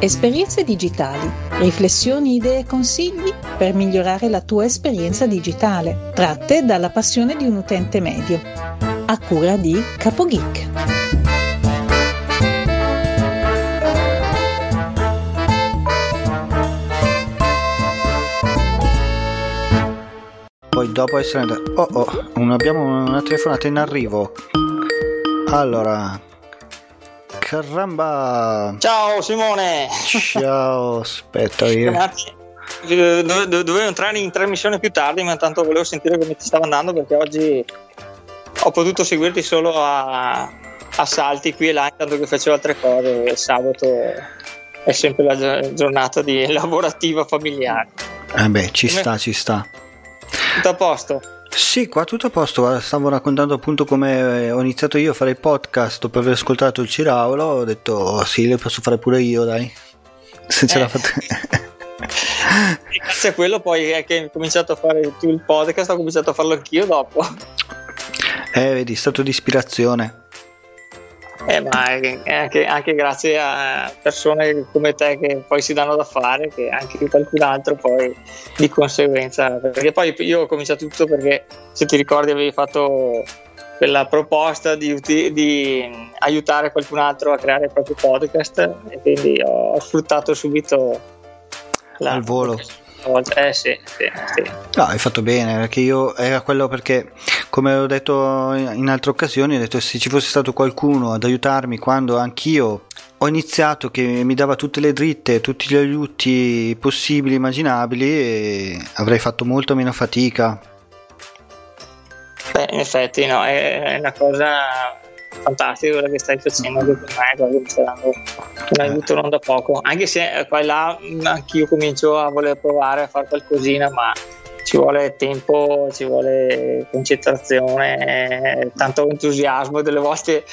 Esperienze digitali, riflessioni, idee e consigli per migliorare la tua esperienza digitale, tratte dalla passione di un utente medio, a cura di CapoGeek. Poi dopo essere abbiamo una telefonata in arrivo. Allora, caramba. Ciao Simone. Ciao, aspetta io. Dovevo entrare in trasmissione più tardi, ma intanto volevo sentire come ti stava andando, perché oggi ho potuto seguirti solo a salti qui e là, intanto che facevo altre cose. Il sabato è sempre la giornata lavorativa familiare. Ci sta. Tutto a posto? Sì, qua tutto a posto. Guarda, stavo raccontando appunto come ho iniziato io a fare il podcast dopo aver ascoltato il Ciraulo. Ho detto sì, le posso fare pure io, dai. Se ce l'ha fatta. Grazie a quello poi è che hai cominciato a fare tu il podcast, ho cominciato a farlo anch'io dopo. Vedi, è stato di ispirazione. Ma anche grazie a persone come te che poi si danno da fare, che anche qualcun altro poi di conseguenza, perché poi io ho cominciato tutto perché, se ti ricordi, avevi fatto quella proposta di aiutare qualcun altro a creare il proprio podcast, e quindi ho sfruttato subito al volo. Sì. No, hai fatto bene, perché io era quello, perché come ho detto in altre occasioni, ho detto se ci fosse stato qualcuno ad aiutarmi quando anch'io ho iniziato, che mi dava tutte le dritte, tutti gli aiuti possibili, immaginabili, avrei fatto molto meno fatica. In effetti no, è una cosa fantastico quella che stai facendo anche per me, mi stai dando un aiuto non da poco, anche se qua e là anch'io comincio a voler provare a fare qualcosina, ma ci vuole tempo, ci vuole concentrazione, tanto entusiasmo, e delle volte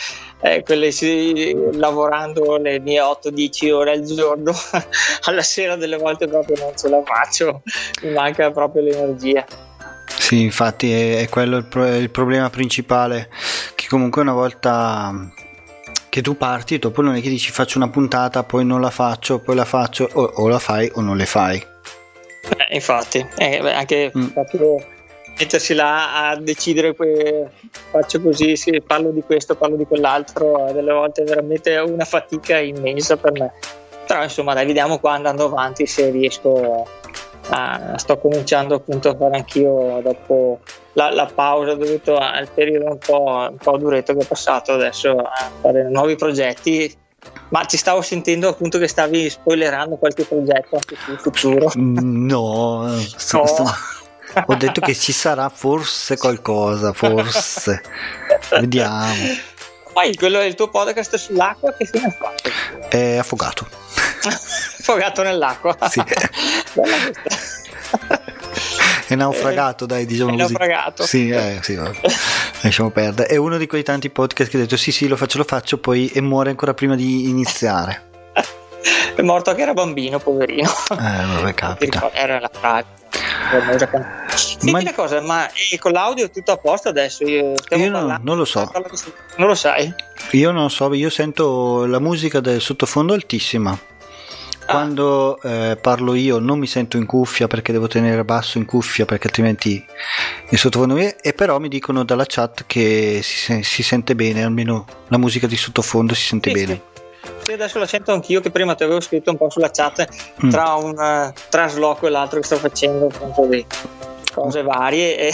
lavorando le mie 8-10 ore al giorno alla sera delle volte proprio non ce la faccio, mi manca proprio l'energia. Sì, infatti è quello il problema principale, che comunque una volta che tu parti, dopo non è che dici faccio una puntata, poi non la faccio, poi la faccio, o la fai o non le fai. Infatti, anche proprio mettersi là a decidere, faccio così, sì, parlo di questo, parlo di quell'altro, delle volte è veramente una fatica immensa per me. Però insomma dai, vediamo qua andando avanti se riesco. Sto cominciando appunto a fare anch'io, dopo la pausa dovuta al periodo un po' duretto che ho passato, adesso a fare nuovi progetti. Ma ci stavo sentendo appunto che stavi spoilerando qualche progetto anche sul futuro. No. Ho detto che ci sarà forse qualcosa, forse. Vediamo. Poi quello è il tuo podcast sull'acqua, che fine ha fatto? È affogato. Affogato nell'acqua? Sì. Bella questa. È naufragato, dai, diciamo così. È naufragato. Sì, lasciamo perdere. È uno di quei tanti podcast che ho detto sì, lo faccio, poi e muore ancora prima di iniziare. È morto che era bambino, poverino. Vabbè, capita. Era la frase. Senti una cosa, ma con l'audio è tutto a posto adesso? Io non lo so. Non lo sai? Io non so, io sento la musica del sottofondo altissima. Quando parlo io non mi sento in cuffia, perché devo tenere basso in cuffia, perché altrimenti il sottofondo e però mi dicono dalla chat che si sente bene, almeno la musica di sottofondo si sente bene. Sì, adesso la sento anch'io, che prima ti avevo scritto un po' sulla chat tra un trasloco e l'altro che sto facendo, appunto, di cose varie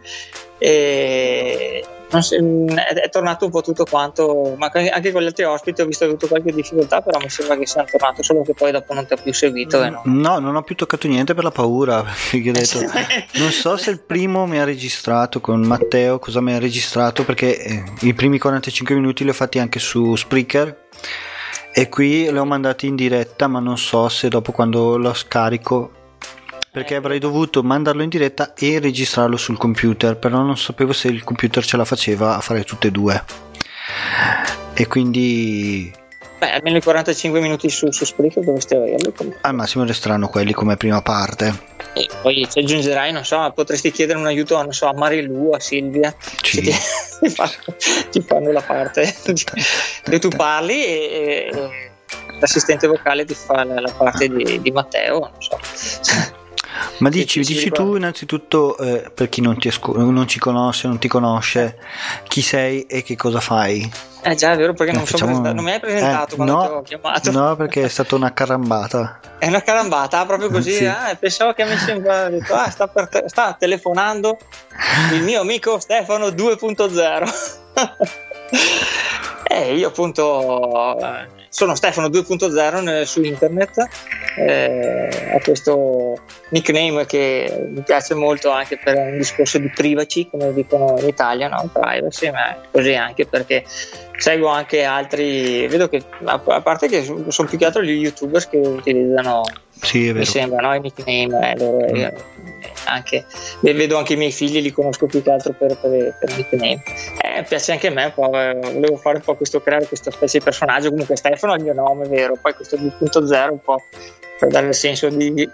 e è tornato un po' tutto quanto, ma anche con gli altri ospiti ho visto che ho avuto qualche difficoltà, però mi sembra che sia tornato, solo che poi dopo non ti ho più seguito. No, non ho più toccato niente per la paura, perché ho detto non so se il primo mi ha registrato con Matteo, cosa mi ha registrato, perché i primi 45 minuti li ho fatti anche su Spreaker e qui li ho mandati in diretta, ma non so se dopo, quando lo scarico, perché avrei dovuto mandarlo in diretta e registrarlo sul computer, però non sapevo se il computer ce la faceva a fare tutte e due, e quindi almeno i 45 minuti su Spreaker dovresti averli. Al massimo resteranno quelli come prima parte, e poi ci aggiungerai, non so, potresti chiedere un aiuto a Marilu, a Silvia, sì. Ti fanno la parte e tu parli l'assistente vocale ti fa la parte di Matteo, non so. Ma dici tu innanzitutto, per chi non ci conosce, non ti conosce, chi sei e che cosa fai? Già, è vero, perché non mi hai presentato quando ti ho chiamato. No, perché è stata una carambata. È una carambata, proprio così. Sì. Pensavo che mi sembra detto, sta telefonando il mio amico Stefano 2.0. Io appunto sono Stefano 2.0 su internet, ho questo nickname che mi piace molto anche per un discorso di privacy, come dicono in Italia, no? Privacy, ma così anche perché seguo anche altri, vedo che a parte che sono più che altro gli youtubers che utilizzano, sì, è vero, mi sembra, no? I nickname loro, anche vedo anche i miei figli, li conosco più che altro per nickname. Piace anche a me un po', volevo fare un po' creare questa specie di personaggio. Comunque Stefano è il mio nome vero, poi questo 2.0 un po' per dare il senso di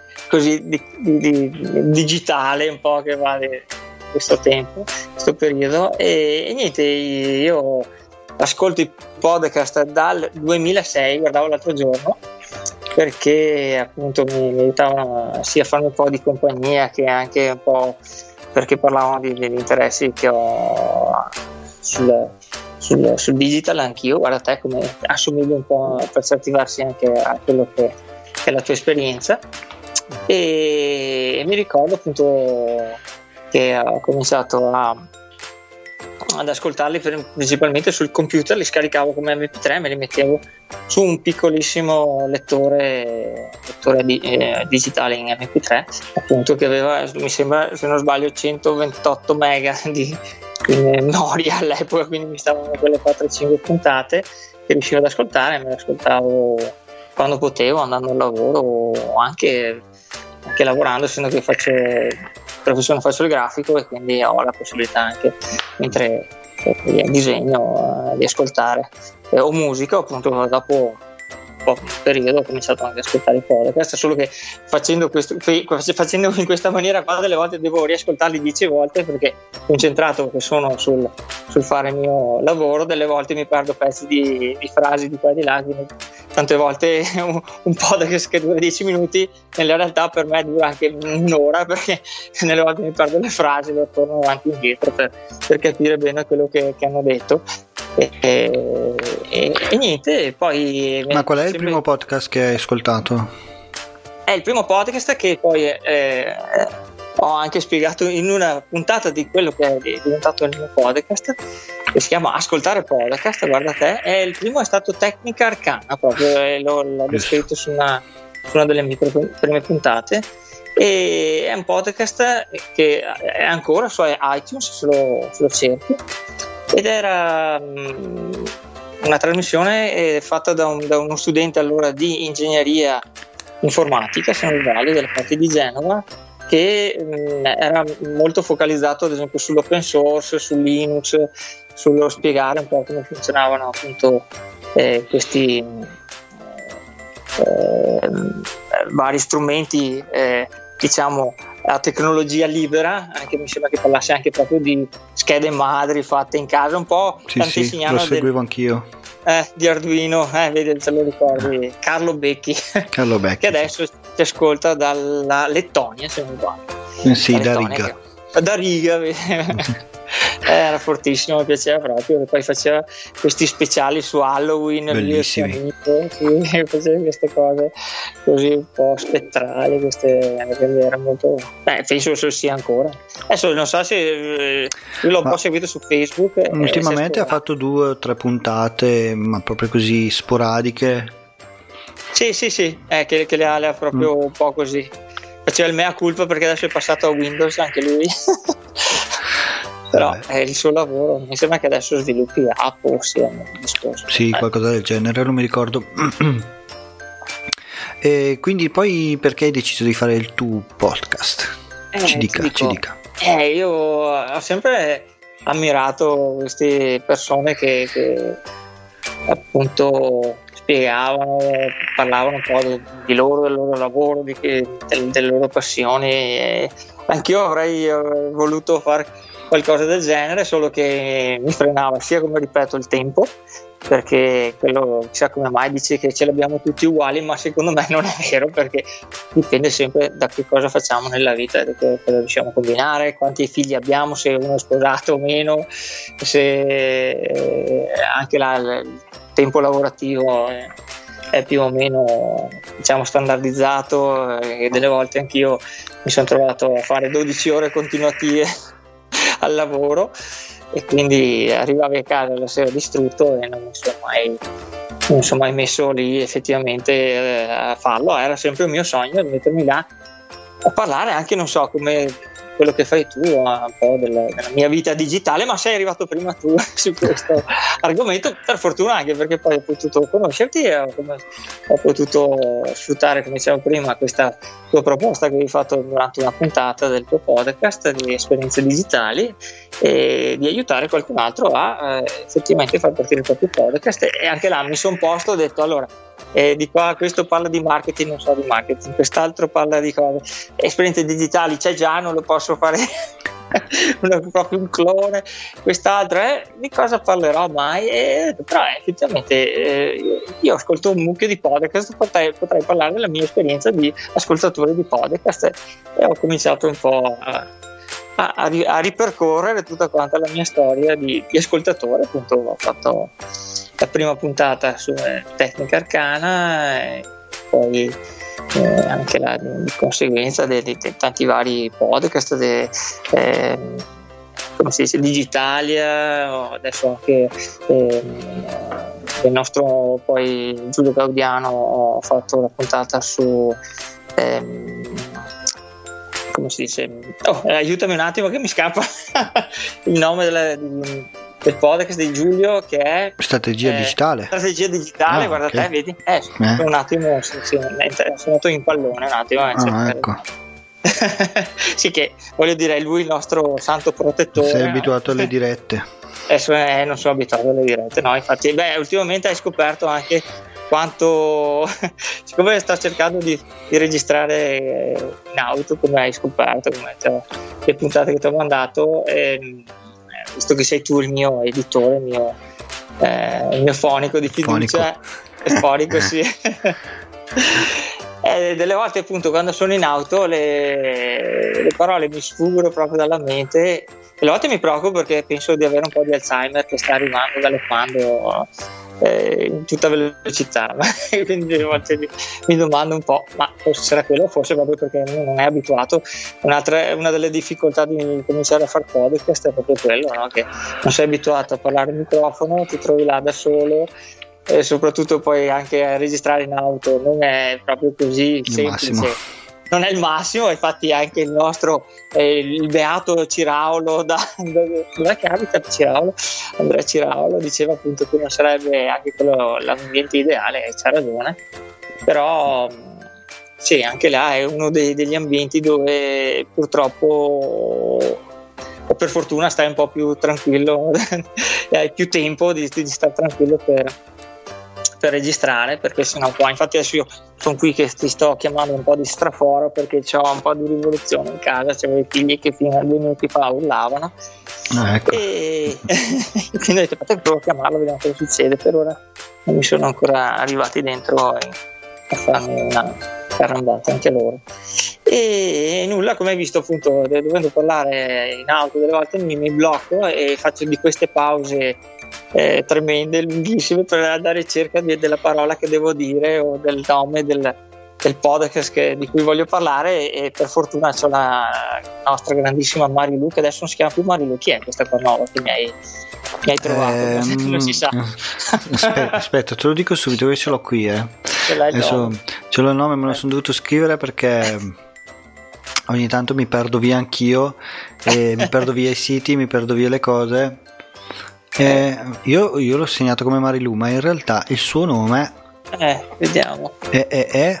digitale un po' che vale questo tempo, questo periodo. E niente, io ascolto i podcast dal 2006, guardavo l'altro giorno, perché appunto mi aiutavano sia a farmi un po' di compagnia che anche un po' perché parlavano degli interessi che ho sul digital. Anch'io, guarda te come assomiglio un po' per certi versi anche a quello che è la tua esperienza, e mi ricordo appunto che ho cominciato ad ascoltarli principalmente sul computer, li scaricavo come MP3, me li mettevo su un piccolissimo lettore digitale in MP3, appunto, che aveva, mi sembra, se non sbaglio, 128 mega di memoria all'epoca, quindi mi stavano quelle 4-5 puntate che riuscivo ad ascoltare, me le ascoltavo quando potevo, andando al lavoro o anche lavorando, essendo che faccio il grafico e quindi ho la possibilità anche mentre disegno di ascoltare o musica. Appunto dopo un periodo ho cominciato anche ad ascoltare i podcast, solo che facendo in questa maniera qua delle volte devo riascoltarli 10 volte perché concentrato che sono sul fare il mio lavoro, delle volte mi perdo pezzi di frasi di qua e di là, quindi tante volte un podcast che dura 10 minuti nella realtà per me dura anche un'ora, perché nelle volte mi perdo le frasi, lo torno avanti e indietro per capire bene quello che hanno detto. E niente, poi. Ma qual è il primo podcast che hai ascoltato? È il primo podcast che poi ho anche spiegato in una puntata di quello che è diventato il mio podcast, che si chiama Ascoltare Podcast. Guarda te, il primo è stato Tecnica Arcana, proprio l'ho descritto su una delle mie prime puntate, e è un podcast che è ancora su iTunes, se lo cerchi, ed era una trasmissione fatta da uno studente allora di ingegneria informatica, se non sbaglio, della parte di Genova, che era molto focalizzato ad esempio sull'open source, su Linux, sullo spiegare un po' come funzionavano appunto questi vari strumenti, diciamo a tecnologia libera. Anche mi sembra che parlasse anche proprio di schede madri fatte in casa, un po' tanti insegnavano, lo seguivo anch'io, di Arduino, vedi, se lo ricordi, Carlo Becchi che adesso ti ascolta dalla Lettonia, se non sbaglio. Sì, da Riga. Era fortissimo, mi piaceva proprio. E poi faceva questi speciali su Halloween, bellissimi, faceva queste cose così un po' spettrali, era molto, penso se sia ancora. Adesso non so se io l'ho un po' seguito su Facebook. Ultimamente ha fatto 2 o 3 puntate, ma proprio così sporadiche. Sì, che le ha proprio un po' così. Faceva il mea culpa perché adesso è passato a Windows anche lui. Però è il suo lavoro, mi sembra che adesso sviluppi app o sia un discorso. Sì, qualcosa del genere, non mi ricordo. E quindi poi perché hai deciso di fare il tuo podcast? Ci dica. Io ho sempre ammirato queste persone che appunto spiegavano, parlavano un po' di loro, del loro lavoro, delle loro passioni. Anch'io avrei voluto fare qualcosa del genere, solo che mi frenava sia, come ripeto, il tempo, perché quello chissà come mai dice che ce l'abbiamo tutti uguali, ma secondo me non è vero, perché dipende sempre da che cosa facciamo nella vita, da che cosa riusciamo a combinare, quanti figli abbiamo, se uno è sposato o meno, se anche il tempo lavorativo è più o meno, diciamo, standardizzato, e delle volte anch'io mi sono trovato a fare 12 ore continuative al lavoro, e quindi arrivavi a casa la sera distrutto e non mi sono mai messo lì effettivamente a farlo. Era sempre il mio sogno mettermi là a parlare, anche, non so, come quello che fai tu, un po' della mia vita digitale, ma sei arrivato prima tu su questo argomento, per fortuna, anche perché poi ho potuto conoscerti e ho potuto sfruttare, come dicevo prima, questa tua proposta che hai fatto durante una puntata del tuo podcast di esperienze digitali, e di aiutare qualcun altro a effettivamente far partire il proprio podcast. E anche là mi sono posto, ho detto, allora, di qua questo parla di marketing, non so di marketing, quest'altro parla di cose, esperienze digitali c'è già, non lo posso fare proprio un clone, quest'altro di cosa parlerò mai? Però effettivamente io ascolto un mucchio di podcast, potrei parlare della mia esperienza di ascoltatore di podcast, e ho cominciato un po' a ripercorrere tutta quanta la mia storia di ascoltatore. Appunto, ho fatto la prima puntata su Tecnica Arcana, e poi anche di conseguenza di tanti vari podcast come si dice, Digitalia, adesso anche il nostro poi Giulio Gaudiano, ho fatto la puntata su come si dice, aiutami un attimo che mi scappa il nome del podcast di Giulio, che è Strategia Digitale. Strategia Digitale, guarda, okay. Te vedi? Un attimo sono andato in pallone un attimo. Ecco. Sì, che voglio dire, è lui il nostro santo protettore. Sei abituato alle dirette? Non sono abituato alle dirette, no, infatti. Ultimamente hai scoperto anche quanto, siccome sto cercando di registrare in auto, come hai scoperto, le puntate che ti ho mandato, visto che sei tu il mio editore, il mio fonico di fiducia, fonico sì. Delle volte, appunto, quando sono in auto le parole mi sfuggono proprio dalla mente, e delle volte mi preoccupo perché penso di avere un po' di Alzheimer che sta arrivando galoppando in tutta velocità. Quindi delle volte mi domando un po', ma forse sarà quello, forse proprio perché uno non è abituato. Una delle difficoltà di cominciare a fare podcast è proprio quello, no? Che non sei abituato a parlare al microfono, ti trovi là da solo, e soprattutto poi anche a registrare in auto non è proprio così semplice. Massimo. Non è il massimo, infatti anche il nostro il beato Ciraulo dove che abita Ciraulo, Andrea Ciraulo, diceva appunto che non sarebbe anche quello l'ambiente ideale, e c'ha ragione, però sì, anche là è uno degli ambienti dove purtroppo, o per fortuna, stai un po' più tranquillo hai più tempo di stare tranquillo per registrare, perché sennò qua, infatti adesso io sono qui che ti sto chiamando un po' di straforo perché ho un po' di rivoluzione in casa, c'avevo i figli che fino a 2 minuti fa urlavano, ecco. E quindi ho detto, provo a chiamarlo, vediamo cosa succede. Per ora non mi sono ancora arrivati dentro a farmi una carambata anche loro, e nulla, come hai visto, appunto, dovendo parlare in auto delle volte mi blocco e faccio di queste pause tremende, lunghissime, per andare a ricerca della parola che devo dire o del nome del podcast di cui voglio parlare, e per fortuna c'ho la nostra grandissima Marilu, che adesso non si chiama più Marilu. Chi è questa qua nuova che mi hai trovato? Non si sa. Aspetta, te lo dico subito, che ce l'ho qui. Adesso ce l'ho il nome, me lo sono dovuto scrivere perché ogni tanto mi perdo via anch'io, e mi perdo via i siti, mi perdo via le cose. Io l'ho segnato come Marilu, ma in realtà il suo nome vediamo è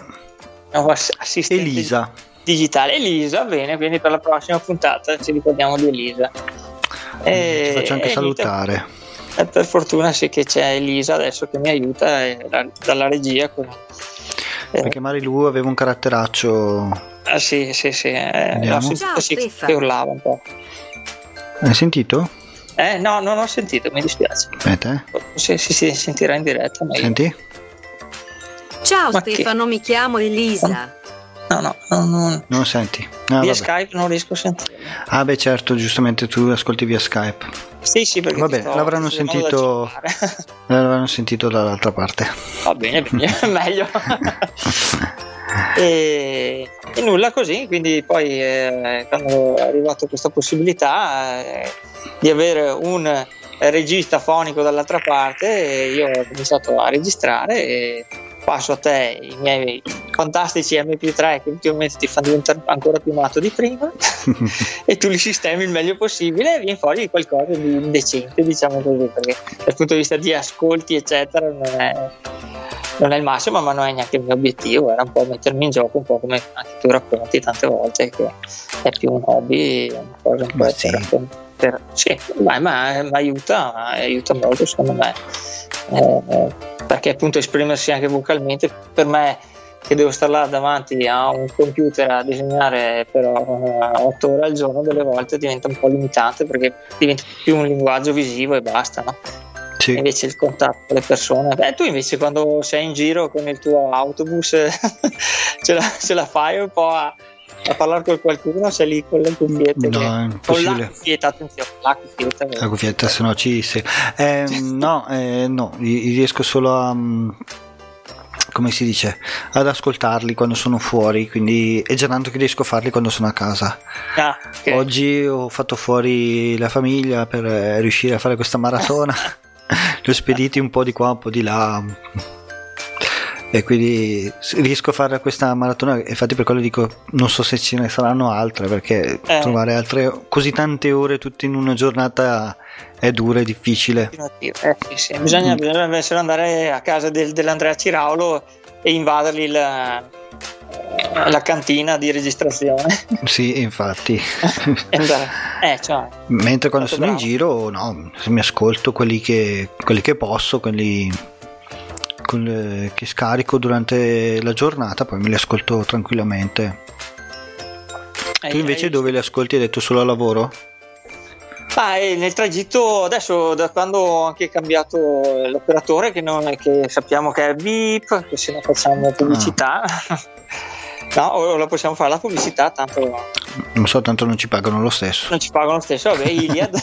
Elisa Digitale. Elisa, bene, quindi per la prossima puntata ci ricordiamo di Elisa. Ti faccio anche salutare. Per fortuna sì che c'è Elisa adesso che mi aiuta dalla regia perché Marilu aveva un caratteraccio. Sì, l'ho sentito, sì, che urlava un po'. Hai sentito? No, non ho sentito, mi dispiace. Aspetta. Si sentirà in diretta. Ma senti? Ciao Stefano, mi chiamo Elisa. No, non senti. Via Skype non riesco a sentire. Ah beh, certo, giustamente tu ascolti via Skype. Sì, perché vabbè, l'avranno sentito dall'altra parte. Va bene, meglio. E nulla, così, quindi poi quando è arrivata questa possibilità di avere un regista fonico dall'altra parte, io ho cominciato a registrare e passo a te i miei fantastici MP3 che ultimamente ti fanno diventare ancora più matto di prima e tu li sistemi il meglio possibile e viene fuori qualcosa di decente, diciamo così, perché dal punto di vista di ascolti eccetera non è il massimo, ma non è neanche il mio obiettivo, era un po' mettermi in gioco, un po' come anche tu racconti tante volte, che è più un hobby, una cosa un po' ma aiuta molto secondo me, perché appunto esprimersi anche vocalmente per me, che devo stare là davanti a un computer a disegnare per 8 ore al giorno, delle volte diventa un po' limitante, perché diventa più un linguaggio visivo e basta, no? Sì. Invece il contatto con le persone, tu invece quando sei in giro con il tuo autobus ce la fai un po' a parlare con qualcuno, sei lì con le cuffiette? No, è impossibile. Con la cuffietta, attenzione, la cuffietta, se no ci no, riesco solo a, come si dice, ad ascoltarli quando sono fuori, quindi è già tanto che riesco a farli quando sono a casa. Okay. Oggi ho fatto fuori la famiglia per riuscire a fare questa maratona. Li ho spediti un po' di qua, un po' di là, e quindi riesco a fare questa maratona. Infatti per quello dico, non so se ce ne saranno altre, perché trovare altre così tante ore tutte in una giornata è dura e difficile. Sì. Bisogna invece andare a casa dell'Andrea Ciraulo e invadergli la cantina di registrazione. Sì, infatti. Mentre quando sono in giro, mi ascolto quelli che posso, quelli che scarico durante la giornata, poi me li ascolto tranquillamente. Tu invece dove li ascolti? Hai detto solo al lavoro? Nel tragitto, adesso da quando ho anche cambiato l'operatore, che sappiamo che è Beep, che se ne facciamo pubblicità. No, o la possiamo fare la pubblicità, tanto non so, tanto non ci pagano lo stesso. Vabbè, Iliad.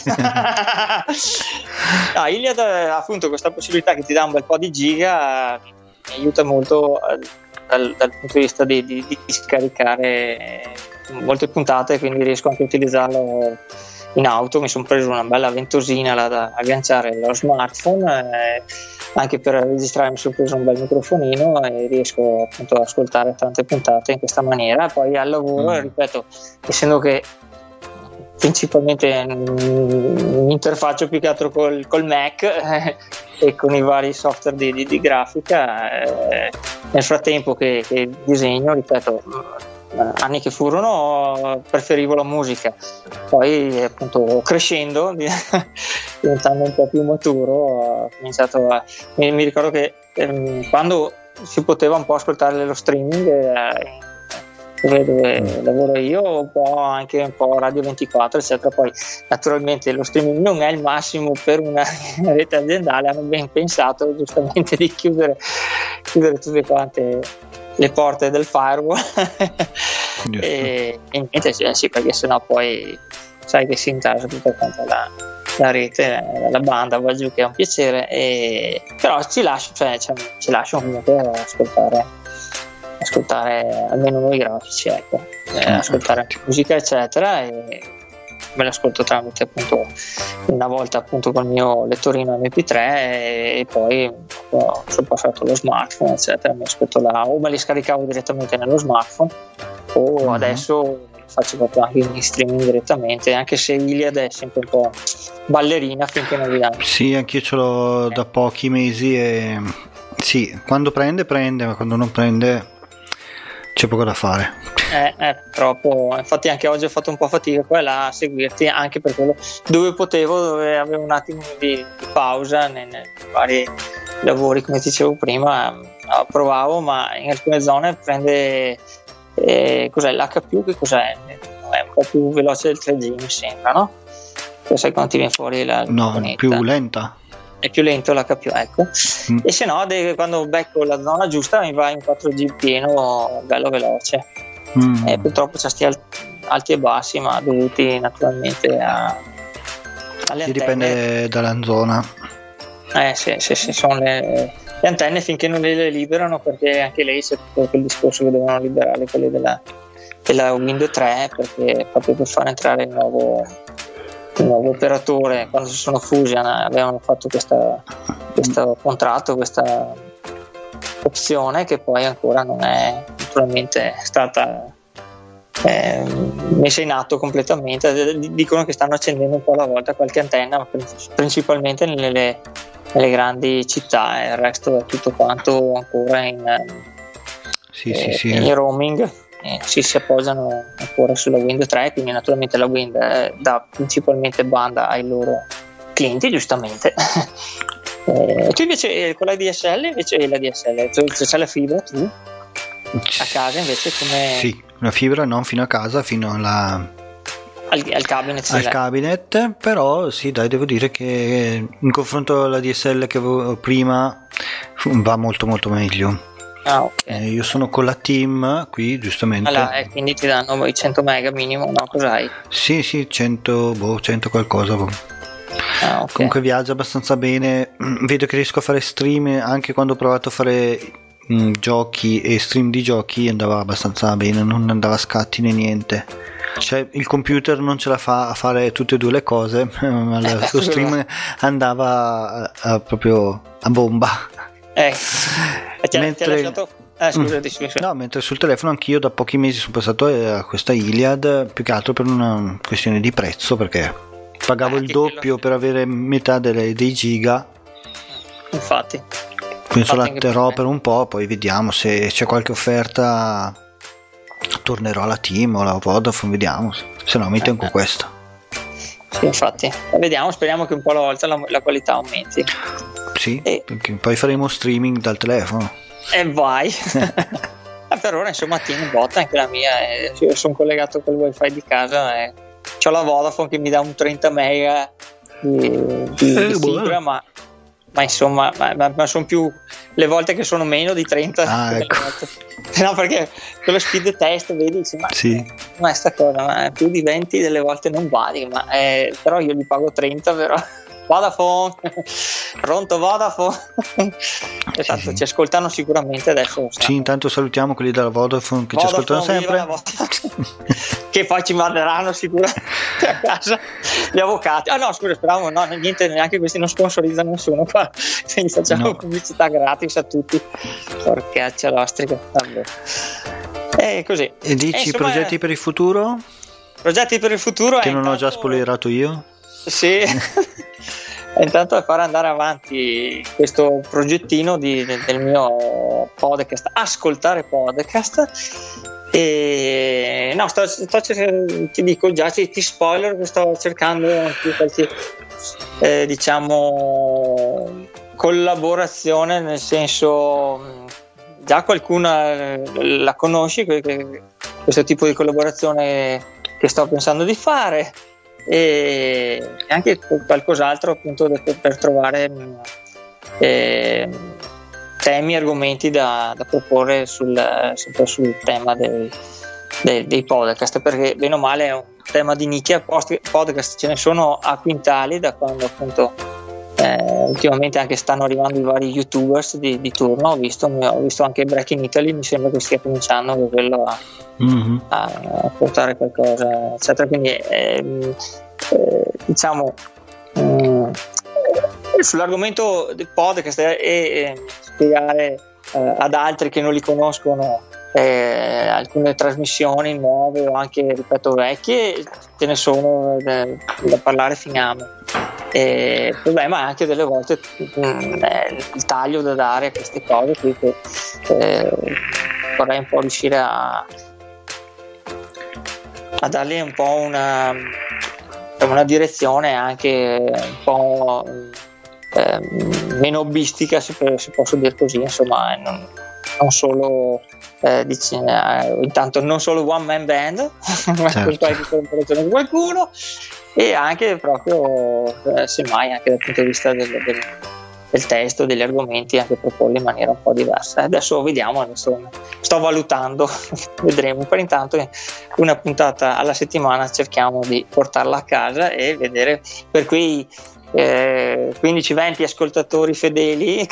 Iliad ha appunto questa possibilità che ti dà un bel po' di giga, mi aiuta molto dal punto di vista di scaricare molte puntate, quindi riesco anche a utilizzarlo in auto. Mi sono preso una bella ventosina da agganciare allo smartphone, anche per registrare mi sono preso un bel microfonino e riesco appunto ad ascoltare tante puntate in questa maniera. Poi al lavoro, ripeto, essendo che principalmente mi interfaccio più che altro col Mac e con i vari software di grafica, nel frattempo che disegno, ripeto, anni che furono preferivo la musica, poi appunto crescendo, diventando un po' più maturo, ho cominciato mi ricordo che quando si poteva un po' ascoltare lo streaming, dove lavoro io, un po' Radio 24 eccetera. Poi naturalmente lo streaming non è il massimo per una rete aziendale, hanno ben pensato giustamente di chiudere tutte quante le porte del firewall e niente, sì, perché sennò poi sai che si intasa tutta quanta la rete, la banda va giù, che è un piacere, però ci lasciano comunque ascoltare almeno noi grafici, ecco, ascoltare musica eccetera, e me l'ascolto tramite appunto una volta appunto col mio lettorino MP3 e poi sono passato allo smartphone eccetera, mi ascolto là, o me li scaricavo direttamente nello smartphone o adesso faccio proprio anche in streaming direttamente, anche se Iliad è sempre un po' ballerina finché non vi danno. Sì, anch'io ce l'ho da pochi mesi e sì, quando prende, ma quando non prende c'è poco da fare. Troppo. Infatti anche oggi ho fatto un po' fatica qua e là a seguirti, anche per quello dove avevo un attimo di pausa nei vari lavori, come dicevo prima, provavo, ma in alcune zone prende cos'è l'H+, che cos'è? È un po' più veloce del 3G mi sembra, no? sai quando ti viene fuori la no, più lenta, è più lento l'H+, ecco. E se no quando becco la zona giusta mi va in 4G pieno, bello veloce. E purtroppo c'è sti alti e bassi, ma dovuti naturalmente alle antenne. Dipende dalla zona. Sì, sono le antenne finché non le liberano, perché anche lei c'è quel discorso che devono liberare quelle della Windows 3, perché proprio per far entrare il nuovo operatore. Quando si sono fusion avevano fatto questo contratto, questa opzione che poi ancora non è naturalmente stata messa in atto completamente. Dicono che stanno accendendo un po' alla volta qualche antenna, principalmente nelle grandi città, e il resto è tutto quanto ancora in roaming. Si appoggiano ancora sulla Windows 3, quindi naturalmente la Wind dà principalmente banda ai loro clienti, giustamente. Tu invece con la DSL, c'è la fibra tu? A casa invece come? Sì, la fibra non fino a casa, fino al cabinet. Al cabinet, però sì, dai, devo dire che in confronto alla DSL che avevo prima va molto molto meglio. Okay. Io sono con la Team qui, giustamente. Quindi ti danno i 100 mega minimo, no? Cos'hai? Sì, 100 qualcosa. Okay. Comunque viaggia abbastanza bene. Vedo che riesco a fare stream anche quando ho provato a fare giochi e stream di giochi, andava abbastanza bene, non andava a scatti né niente. Cioè il computer non ce la fa a fare tutte e due le cose, ma lo stream andava proprio a bomba. Mentre sul telefono anch'io da pochi mesi sono passato a questa Iliad, più che altro per una questione di prezzo, perché pagavo il doppio per avere metà dei giga. Infatti penso la terrò per un po', poi vediamo se c'è qualche offerta, tornerò alla Team o alla Vodafone, vediamo, se no mi tengo questa. Sì, infatti vediamo, speriamo che un po' alla volta la qualità aumenti. Sì, perché poi faremo streaming dal telefono. E vai. Per ora insomma Team botta, anche la mia, io sono collegato col wifi di casa e c'ho la Vodafone che mi dà un 30 mega di fibra, ma insomma ma sono più le volte che sono meno di 30. Ecco. No, perché quello speed test vedi, ma è sta cosa, ma più di 20 delle volte non vale, però io li pago 30, però Vodafone, pronto Vodafone. Esatto, sì. Ci ascoltano sicuramente adesso. Sì, intanto salutiamo quelli della Vodafone che ci ascoltano sempre. Che poi ci manderanno sicuramente a casa gli avvocati. No, scusa, speravo, niente, neanche questi non sponsorizzano nessuno qua, quindi facciamo pubblicità gratis a tutti. Porcaccia l'ostrica. Vabbè. Così. E dici progetti per il futuro? Progetti per il futuro che non ho già spoilerato io? Sì. Intanto è fare andare avanti questo progettino del mio podcast, ascoltare podcast. E ti dico già, ti spoiler che sto cercando anche qualche collaborazione, nel senso già qualcuna la conosci, questo tipo di collaborazione che sto pensando di fare, e anche qualcos'altro appunto per trovare temi, argomenti da proporre sempre sul tema dei podcast, perché bene o male è un tema di nicchia. Podcast ce ne sono a quintali da quando appunto ultimamente anche stanno arrivando i vari youtubers di turno. Ho visto anche Break in Italy, mi sembra che stia cominciando quello a portare qualcosa, eccetera. Quindi sull'argomento del podcast e spiegare ad altri che non li conoscono alcune trasmissioni nuove o anche, ripeto, vecchie, ce ne sono da parlare finiamo. Il problema è anche delle volte il taglio da dare a queste cose qui, che vorrei un po' riuscire a dargli un po' una direzione anche un po' meno hobbistica, se posso dire così, insomma, non solo intanto non solo one man band, ma con qualche collaborazione con qualcuno, e anche proprio semmai anche dal punto di vista del testo, degli argomenti, anche proporli in maniera un po' diversa. Adesso vediamo, sto valutando, vedremo. Per intanto una puntata alla settimana cerchiamo di portarla a casa e vedere per quei 15-20 ascoltatori fedeli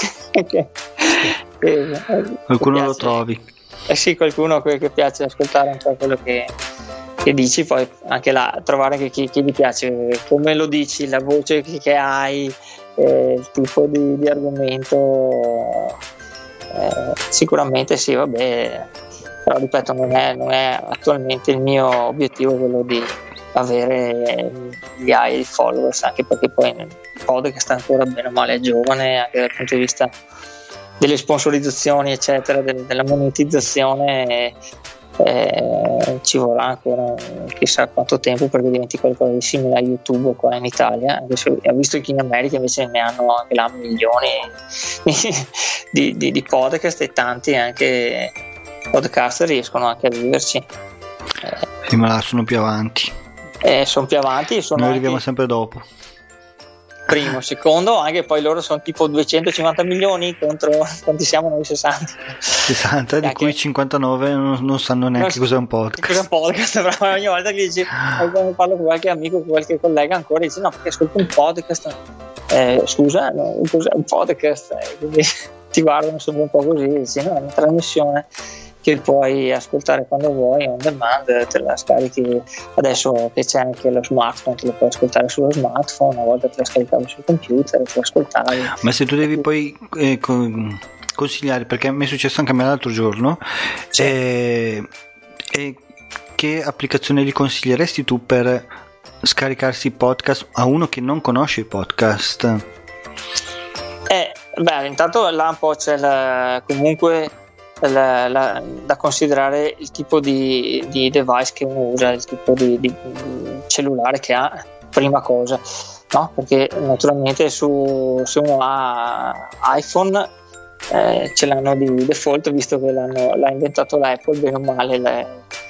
qualcuno lo trovi. Sì, qualcuno che piace ascoltare un po' quello che dici, poi anche là trovare che chi gli piace come lo dici, la voce che hai, il tipo di argomento, sicuramente sì, vabbè, però ripeto, non è attualmente il mio obiettivo quello di avere migliaia di followers, anche perché poi il podcast ancora bene o male è giovane, anche dal punto di vista delle sponsorizzazioni eccetera, della monetizzazione, ci vorrà ancora chissà quanto tempo perché diventi qualcosa di simile a YouTube qua in Italia, anche se ho visto che in America invece ne hanno anche là milioni di podcast, e tanti anche podcaster riescono anche a viverci. Sì, ma là sono più avanti. Sono più avanti, noi arriviamo sempre dopo. Primo, secondo, anche poi loro sono tipo 250 milioni contro quanti siamo noi? 60 di cui 59 non sanno neanche cos'è un podcast. Cos'è un podcast? Però ogni volta che dici, quando parlo con qualche amico, con qualche collega ancora, dici no, perché ascolto un podcast. Scusa, no, cos'è un podcast? Quindi ti guardano sempre un po' così, dici no, è una trasmissione che puoi ascoltare quando vuoi, on demand, te la scarichi. Adesso che c'è anche lo smartphone, te lo puoi ascoltare sullo smartphone, una volta te la scaricavi sul computer, te la ascoltavi. Ma se tu devi poi consigliare, perché mi è successo anche a me l'altro giorno, sì. E che applicazione gli consiglieresti tu per scaricarsi i podcast a uno che non conosce i podcast? Intanto là un po' c'è comunque da considerare il tipo di device che uno usa, il tipo di cellulare che ha, prima cosa, no? Perché naturalmente se uno ha iPhone ce l'hanno di default, visto che l'ha inventato l'Apple, bene o male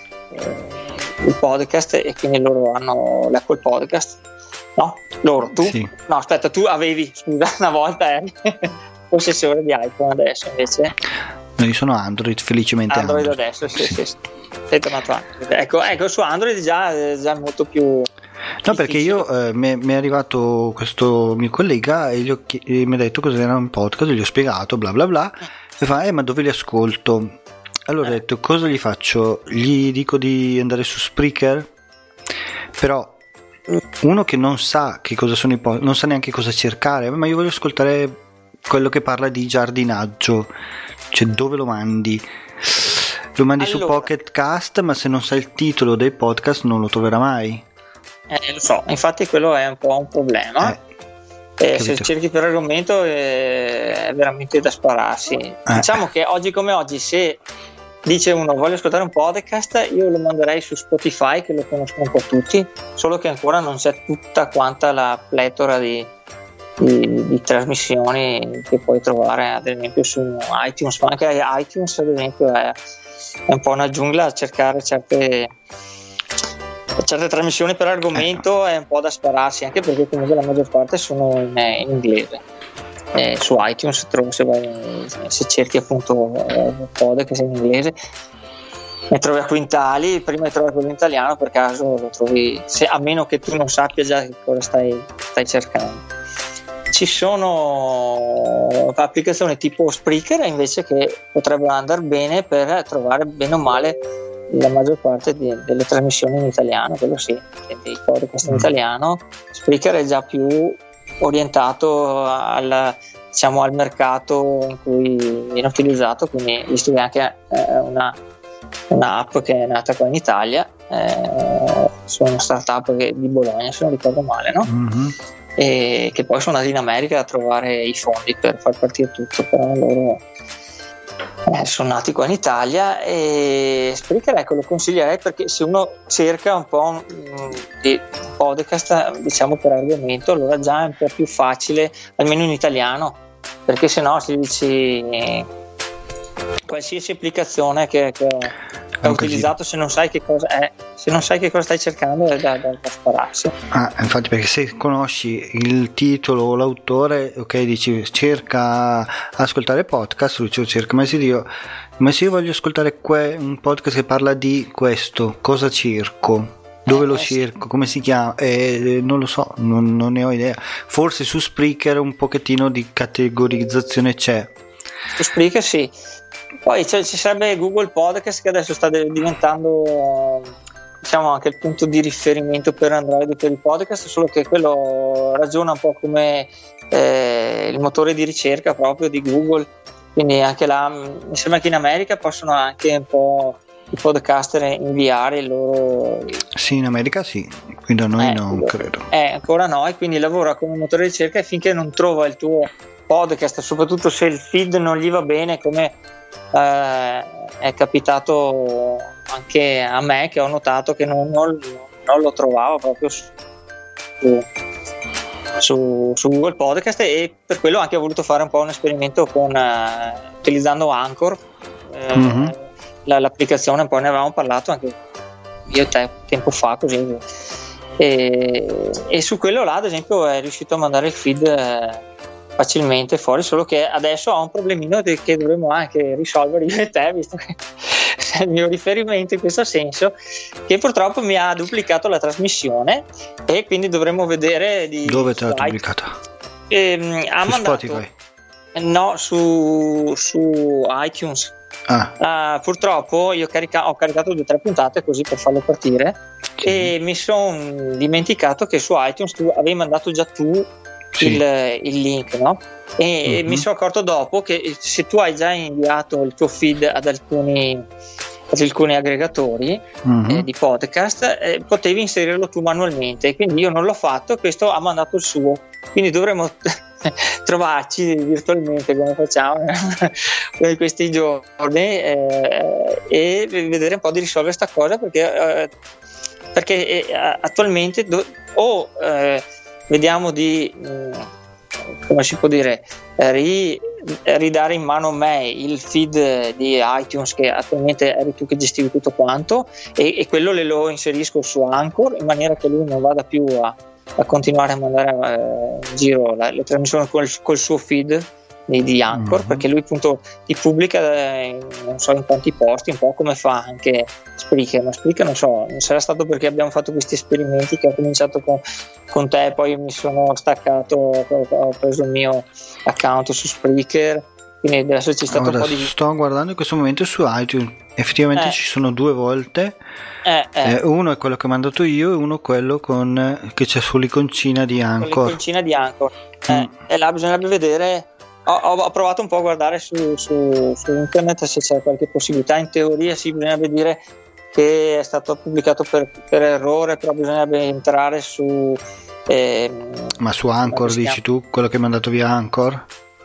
il podcast, e quindi loro hanno l'Apple Podcast, no? Tu? Sì. No, aspetta, tu avevi, scusa, una volta possessore di iPhone, adesso invece io sono Android, felicemente Android adesso, sì. Sei tornato Android. Ecco, su Android già molto più no, difficile. perché io mi è arrivato questo mio collega e mi ha detto cos'era un podcast, gli ho spiegato bla bla bla, e fa ma dove li ascolto? Allora ho detto, cosa gli faccio? Gli dico di andare su Spreaker, però uno che non sa che cosa sono i podcast, non sa neanche cosa cercare, ma io voglio ascoltare quello che parla di giardinaggio, cioè dove lo mandi? Lo mandi su Pocket Cast, ma se non sai il titolo dei podcast non lo troverà mai. Lo so, infatti quello è un po' un problema. Se cerchi per argomento è veramente da spararsi. Diciamo che oggi come oggi, se dice uno voglio ascoltare un podcast, io lo manderei su Spotify, che lo conoscono un po' tutti, solo che ancora non c'è tutta quanta la pletora di trasmissioni che puoi trovare ad esempio su iTunes, ma anche iTunes ad esempio è un po' una giungla a cercare certe trasmissioni per argomento, è un po' da spararsi, anche perché comunque la maggior parte sono in inglese. Su iTunes trovo, se cerchi appunto podcast in inglese, ne trovi a quintali, prima di trovare quello in italiano per caso lo trovi, a meno che tu non sappia già che cosa stai cercando. Ci sono applicazioni tipo Spreaker invece che potrebbero andare bene per trovare bene o male la maggior parte delle trasmissioni in italiano, quello sì, quindi i podcast in italiano. Spreaker è già più orientato al mercato in cui viene utilizzato, quindi visto che è anche una app che è nata qua in Italia, sono una startup di Bologna se non ricordo male, no? Mm-hmm. E che poi sono andati in America a trovare i fondi per far partire tutto, però loro sono nati qua in Italia. E Spreaker, ecco, lo consiglierei perché se uno cerca un po' di podcast, diciamo, per argomento, allora già è un po' più facile, almeno in italiano, perché se no si dici qualsiasi applicazione che utilizzato, se non sai che cosa è, se non sai che cosa stai cercando è da spararsi. Infatti, perché se conosci il titolo o l'autore, ok, dici cerca ascoltare podcast, lui cerca, ma se io voglio ascoltare un podcast che parla di questo, cosa cerco? Dove lo cerco? Come si chiama? Non lo so, non ne ho idea. Forse su Spreaker un pochettino di categorizzazione c'è. Su Spreaker sì. Poi ci sarebbe Google Podcast, che adesso sta diventando, diciamo, anche il punto di riferimento per Android per i podcast, solo che quello ragiona un po' come il motore di ricerca proprio di Google. Quindi anche là, mi sembra che in America possono anche un po' i podcaster inviare il loro... Sì, in America sì, qui da noi non credo. Ancora no, e quindi lavora come motore di ricerca, e finché non trova il tuo podcast, soprattutto se il feed non gli va bene, come è capitato anche a me, che ho notato che non lo trovavo proprio su Google Podcast, e per quello anche ho voluto fare un po' un esperimento utilizzando Anchor. L'applicazione, poi ne avevamo parlato anche io e te tempo fa, così, e su quello là ad esempio è riuscito a mandare il feed facilmente fuori, solo che adesso ho un problemino che dovremmo anche risolvere io e te, visto che è il mio riferimento in questo senso, che purtroppo mi ha duplicato la trasmissione, e quindi dovremmo vedere dove te l'ha duplicata? Ha su mandato Spotify? No, su iTunes. Purtroppo io ho caricato 2 o 3 puntate così per farlo partire, e mi sono dimenticato che su iTunes tu avevi mandato già tu il link, no? E mi sono accorto dopo che se tu hai già inviato il tuo feed ad alcuni aggregatori di podcast, potevi inserirlo tu manualmente, quindi io non l'ho fatto, questo ha mandato il suo, quindi dovremmo trovarci virtualmente come facciamo in questi giorni, e vedere un po' di risolvere questa cosa, perché attualmente vediamo di come si può dire, ridare in mano a me il feed di iTunes, che attualmente eri tu che gestivi tutto quanto, e quello lo inserisco su Anchor, in maniera che lui non vada più a continuare a mandare in giro le trasmissioni col suo feed di Anchor, perché lui appunto ti pubblica non so in quanti posti, un po' come fa anche Spreaker, ma Spreaker non so, non sarà stato perché abbiamo fatto questi esperimenti che ho cominciato con te, poi mi sono staccato, ho preso il mio account su Spreaker, quindi adesso c'è stato un po' di... Sto guardando in questo momento su iTunes, effettivamente ci sono 2 volte, uno è quello che ho mandato io, e uno quello che c'è sull'iconcina di Anchor. Con l'iconcina di Anchor, e là bisognerebbe vedere. Ho provato un po' a guardare su internet se c'è qualche possibilità. In teoria sì, bisognerebbe dire che è stato pubblicato per errore, però bisognerebbe entrare su... Ma su Anchor dici tu, quello che hai mandato via Anchor?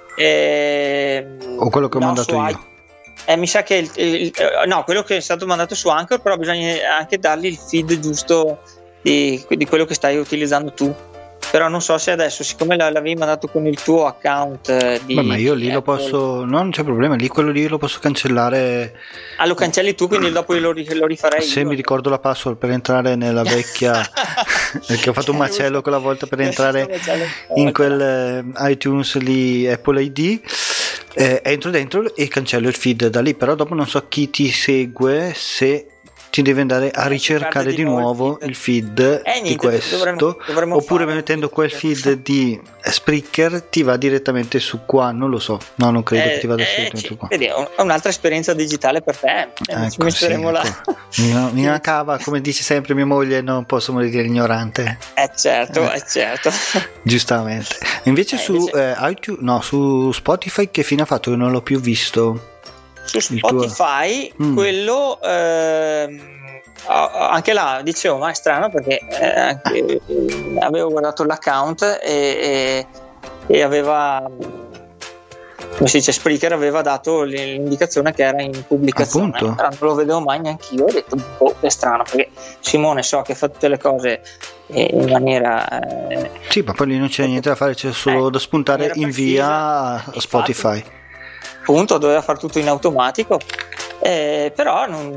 O quello che ho mandato io? Mi sa che no, quello che è stato mandato su Anchor, però bisogna anche dargli il feed giusto di quello che stai utilizzando tu. Però non so se adesso, siccome l'avevi mandato con il tuo account ma io lì Apple, lo posso, non c'è problema, lì quello lì lo posso cancellare. Lo cancelli tu, quindi dopo lo rifarei se io. Mi ricordo la password per entrare nella vecchia perché ho fatto un macello quella volta per entrare in quel iTunes lì, Apple ID, entro dentro e cancello il feed da lì, però dopo non so chi ti segue, se ti devi andare a ricercare di nuovo il feed di questo, dovremmo oppure mettendo quel feed di Spreaker ti va direttamente su qua, non lo so, no, non credo che ti vada su qua. Vedi, è un'altra esperienza digitale per te, ci metteremo là. Mi mancava, come dice sempre mia moglie, non posso morire ignorante. Certo. Giustamente. Invece su iTunes, no, su Spotify che fine ha fatto che non l'ho più visto? Su Spotify quello anche là dicevo, ma è strano perché avevo guardato l'account e aveva, come si dice, Spreaker aveva dato l'indicazione che era in pubblicazione. Appunto. Non lo vedevo mai neanche io, ho detto è strano, perché Simone so che fa tutte le cose in maniera sì, ma poi lì non c'è niente da fare, c'è solo da spuntare invia a Spotify. Appunto, doveva fare tutto in automatico, però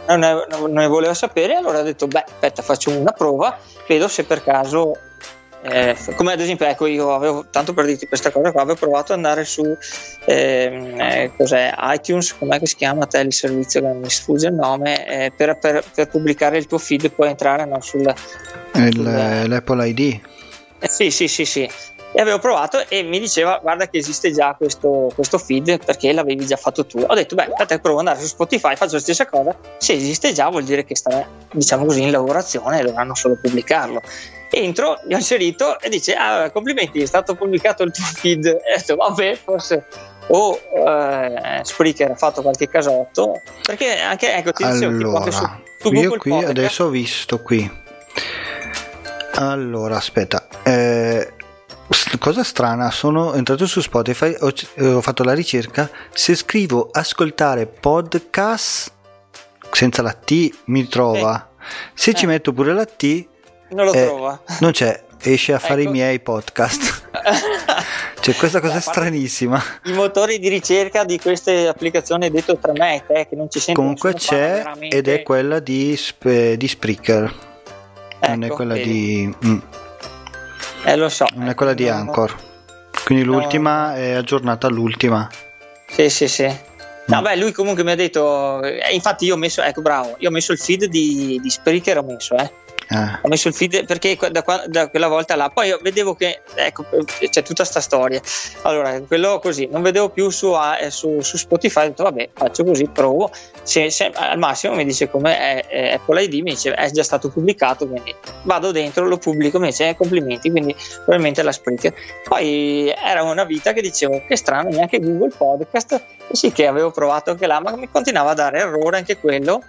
non ne volevo sapere. Allora ho detto aspetta, faccio una prova, vedo se per caso come ad esempio, ecco, io avevo, tanto per dirti questa cosa qua, avevo provato ad andare su cos'è, iTunes, com'è che si chiama te il servizio che mi sfugge il nome, per pubblicare il tuo feed puoi entrare, no, l'Apple ID. Sì. E avevo provato e mi diceva guarda che esiste già questo feed perché l'avevi già fatto tu. Ho detto aspetta, provo ad andare su Spotify, faccio la stessa cosa, se esiste già vuol dire che sta, diciamo così, in lavorazione e dovranno solo pubblicarlo. Entro, gli ho inserito e dice complimenti, è stato pubblicato il tuo feed. E ho detto vabbè, forse Spreaker ha fatto qualche casotto, perché anche, ecco, ti dicevo, tipo anche su Google io qui Podcast. adesso ho visto qui, allora aspetta, cosa strana, sono entrato su Spotify, ho fatto la ricerca, se scrivo ascoltare podcast senza la T mi trova, se ci metto pure la T non lo trova, non c'è, esce a fare i miei podcast. Cioè questa cosa è stranissima. I motori di ricerca di queste applicazioni, detto tra me e te che non ci sento, comunque c'è veramente... ed è quella di Spreaker, non è quella di lo so, non è quella di Anchor, quindi l'ultima è aggiornata all'ultima. Sì. No, lui comunque mi ha detto, infatti io ho messo, ecco, bravo, io ho messo il feed di Spreaker, ho messo il feed perché da quella volta là poi io vedevo che, ecco, c'è tutta sta storia. Allora quello così non vedevo più su Spotify, ho detto vabbè, faccio così, provo, se al massimo mi dice come è Apple ID, mi dice è già stato pubblicato, quindi vado dentro, lo pubblico, mi dice complimenti, quindi probabilmente la Spreaker. Poi era una vita che dicevo che strano, neanche Google Podcast, sì che avevo provato anche là, ma mi continuava a dare errore anche quello.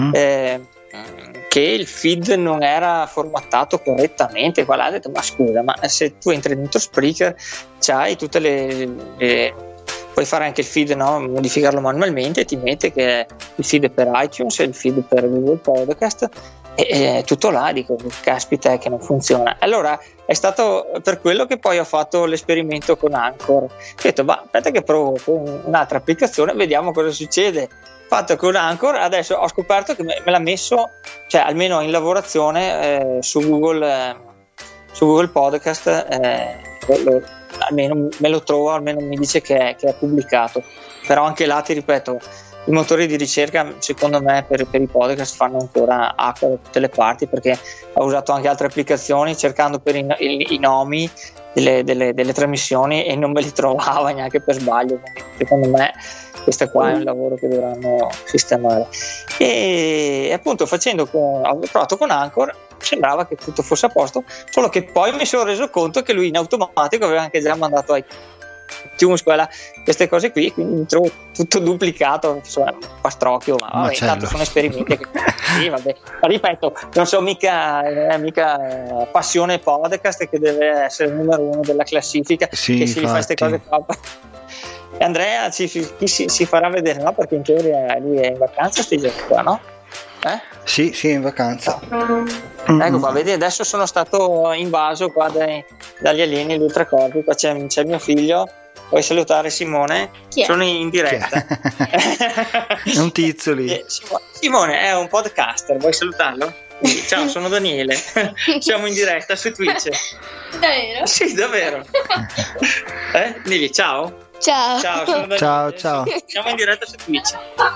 Che il feed non era formattato correttamente. Qua l'ha detto, ma scusa, ma se tu entri dentro Spreaker c'hai tutte le puoi fare anche il feed, no? Modificarlo manualmente, ti mette che è il feed per iTunes e il feed per Google Podcast e tutto là. Dico, caspita, è che non funziona. Allora è stato per quello che poi ho fatto l'esperimento con Anchor. Ho detto aspetta che provo con un'altra applicazione, vediamo cosa succede. Fatto con Anchor, adesso ho scoperto che me l'ha messo, cioè almeno in lavorazione su Google Podcast, almeno me lo trovo, almeno mi dice che è pubblicato. Però anche là, ti ripeto, i motori di ricerca secondo me per i podcast fanno ancora acqua da tutte le parti, perché ho usato anche altre applicazioni cercando per i nomi delle trasmissioni e non me li trovava neanche per sbaglio. Quindi secondo me questo qua è un lavoro che dovranno sistemare. E appunto ho provato con Anchor, sembrava che tutto fosse a posto, solo che poi mi sono reso conto che lui in automatico aveva anche già mandato ai iTunes queste cose qui, quindi mi trovo tutto duplicato, insomma, un pastrocchio, ma vabbè, tanto sono esperimenti sì, vabbè. Ma ripeto, non so mica passione podcast che deve essere il numero uno della classifica, sì, che si fa queste cose qua. Andrea si farà vedere, no? Perché in teoria lui è in vacanza sti giorni qua, no? Sì, è in vacanza. Ecco qua, vedi, adesso sono stato invaso qua dagli alieni dell'ultracorpi. Qua c'è mio figlio. Vuoi salutare Simone? Chi è? Sono in diretta. È un tizio lì. Simone è un podcaster, vuoi salutarlo? Ciao, sono Daniele. Siamo in diretta su Twitch. Davvero? Sì, davvero. Digli ciao. Ciao. Ciao, sono Daniele. Ciao. Siamo in diretta su Twitch.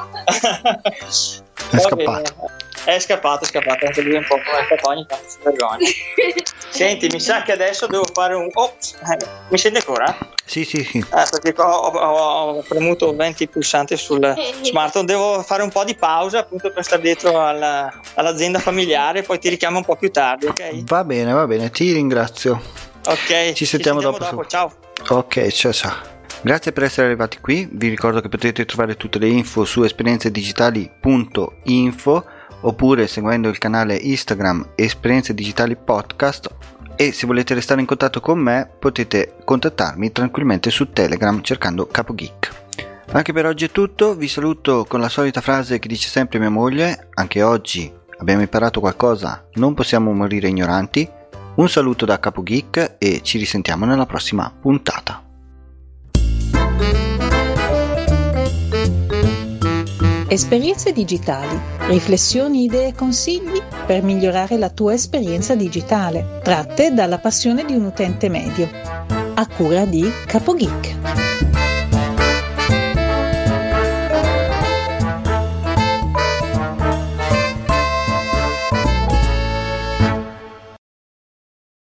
È scappato. È scappato, anche lui è un po' come ogni tanto si vergogna. Senti, mi sa che adesso devo fare mi sente ancora? Sì. Perché ho premuto 20 pulsanti sul smartphone, devo fare un po' di pausa appunto per stare dietro all'azienda familiare, poi ti richiamo un po' più tardi, ok? Va bene, ti ringrazio. Ok, ci sentiamo dopo. Ciao. Ok, ciao. Grazie per essere arrivati qui, vi ricordo che potete trovare tutte le info su esperienzedigitali.info oppure seguendo il canale Instagram Esperienze Digitali Podcast, e se volete restare in contatto con me potete contattarmi tranquillamente su Telegram cercando CapoGeek. Anche per oggi è tutto, vi saluto con la solita frase che dice sempre mia moglie: anche oggi abbiamo imparato qualcosa, non possiamo morire ignoranti. Un saluto da CapoGeek e ci risentiamo nella prossima puntata. Esperienze digitali, riflessioni, idee e consigli per migliorare la tua esperienza digitale, tratte dalla passione di un utente medio. A cura di CapoGeek.